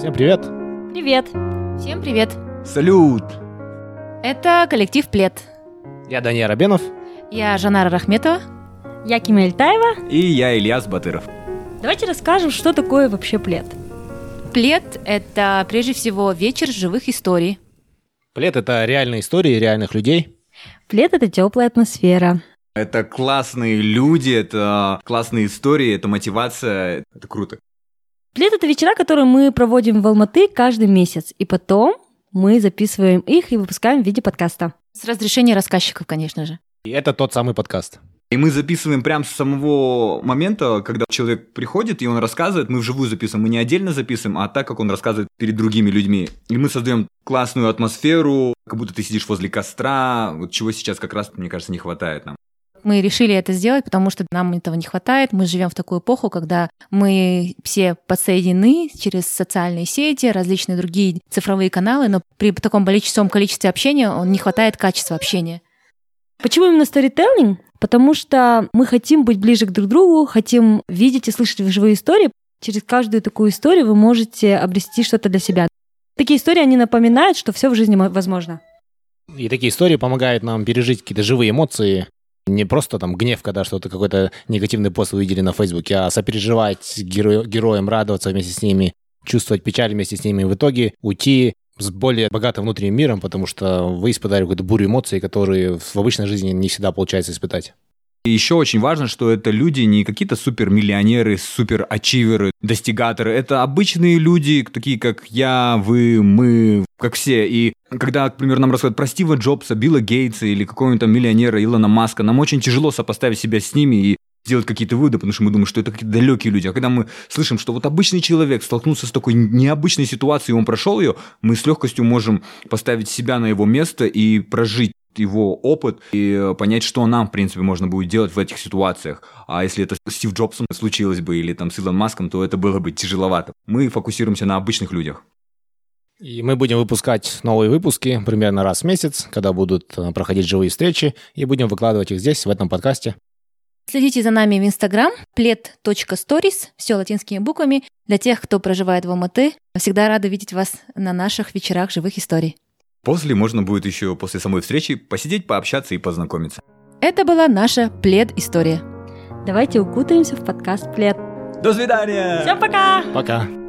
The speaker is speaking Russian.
Всем привет! Привет! Всем привет! Салют! Это коллектив «Плед». Я Даниил Рабенов. Я Жанара Рахметова. Я Кима Эльтаева. И я Ильяс Батыров. Давайте расскажем, что такое вообще плед. «Плед» — это прежде всего вечер живых историй. Плед — это реальные истории реальных людей. Плед — это теплая атмосфера. Это классные люди, это классные истории, это мотивация, это круто. Плед — это вечера, которые мы проводим в Алматы каждый месяц, и потом мы записываем их и выпускаем в виде подкаста. С разрешения рассказчиков, конечно же. И это тот самый подкаст. И мы записываем прямо с самого момента, когда человек приходит и он рассказывает, мы вживую записываем, мы не отдельно записываем, а так, как он рассказывает перед другими людьми. И мы создаем классную атмосферу, как будто ты сидишь возле костра, вот чего сейчас как раз, мне кажется, не хватает нам. Мы решили это сделать, потому что нам этого не хватает. Мы живем в такую эпоху, когда мы все подсоединены через социальные сети, различные другие цифровые каналы, но при таком большом количестве общения не хватает качества общения. Почему именно сторителлинг? Потому что мы хотим быть ближе к друг другу, хотим видеть и слышать живые истории. Через каждую такую историю вы можете обрести что-то для себя. Такие истории, они напоминают, что все в жизни возможно. И такие истории помогают нам пережить какие-то живые эмоции. Не просто там гнев, когда что-то, какой-то негативный пост увидели на Фейсбуке, а сопереживать героям, радоваться вместе с ними, чувствовать печаль вместе с ними, и в итоге уйти с более богатым внутренним миром, потому что вы испытали какую-то бурю эмоций, которые в обычной жизни не всегда получается испытать. И еще очень важно, что это люди не какие-то супермиллионеры, суперачиверы, достигаторы. Это обычные люди, такие как я, вы, мы, как все. И когда, например, нам рассказывают про Стива Джобса, Билла Гейтса или какого-нибудь там миллионера Илона Маска, нам очень тяжело сопоставить себя с ними и делать какие-то выводы, потому что мы думаем, что это какие-то далекие люди. А когда мы слышим, что вот обычный человек столкнулся с такой необычной ситуацией, и он прошел ее, мы с легкостью можем поставить себя на его место и прожить его опыт и понять, что нам, в принципе, можно будет делать в этих ситуациях. А если это с Стив Джобсом случилось бы или там с Илоном Маском, то это было бы тяжеловато. Мы фокусируемся на обычных людях. И мы будем выпускать новые выпуски примерно раз в месяц, когда будут проходить живые встречи, и будем выкладывать их здесь, в этом подкасте. Следите за нами в Instagram pled.stories, все латинскими буквами. Для тех, кто проживает в Алматы, всегда рада видеть вас на наших вечерах живых историй. После можно будет еще после самой встречи посидеть, пообщаться и познакомиться. Это была наша плед-история. Давайте укутаемся в подкаст «Плед». До свидания! Всем пока! Пока!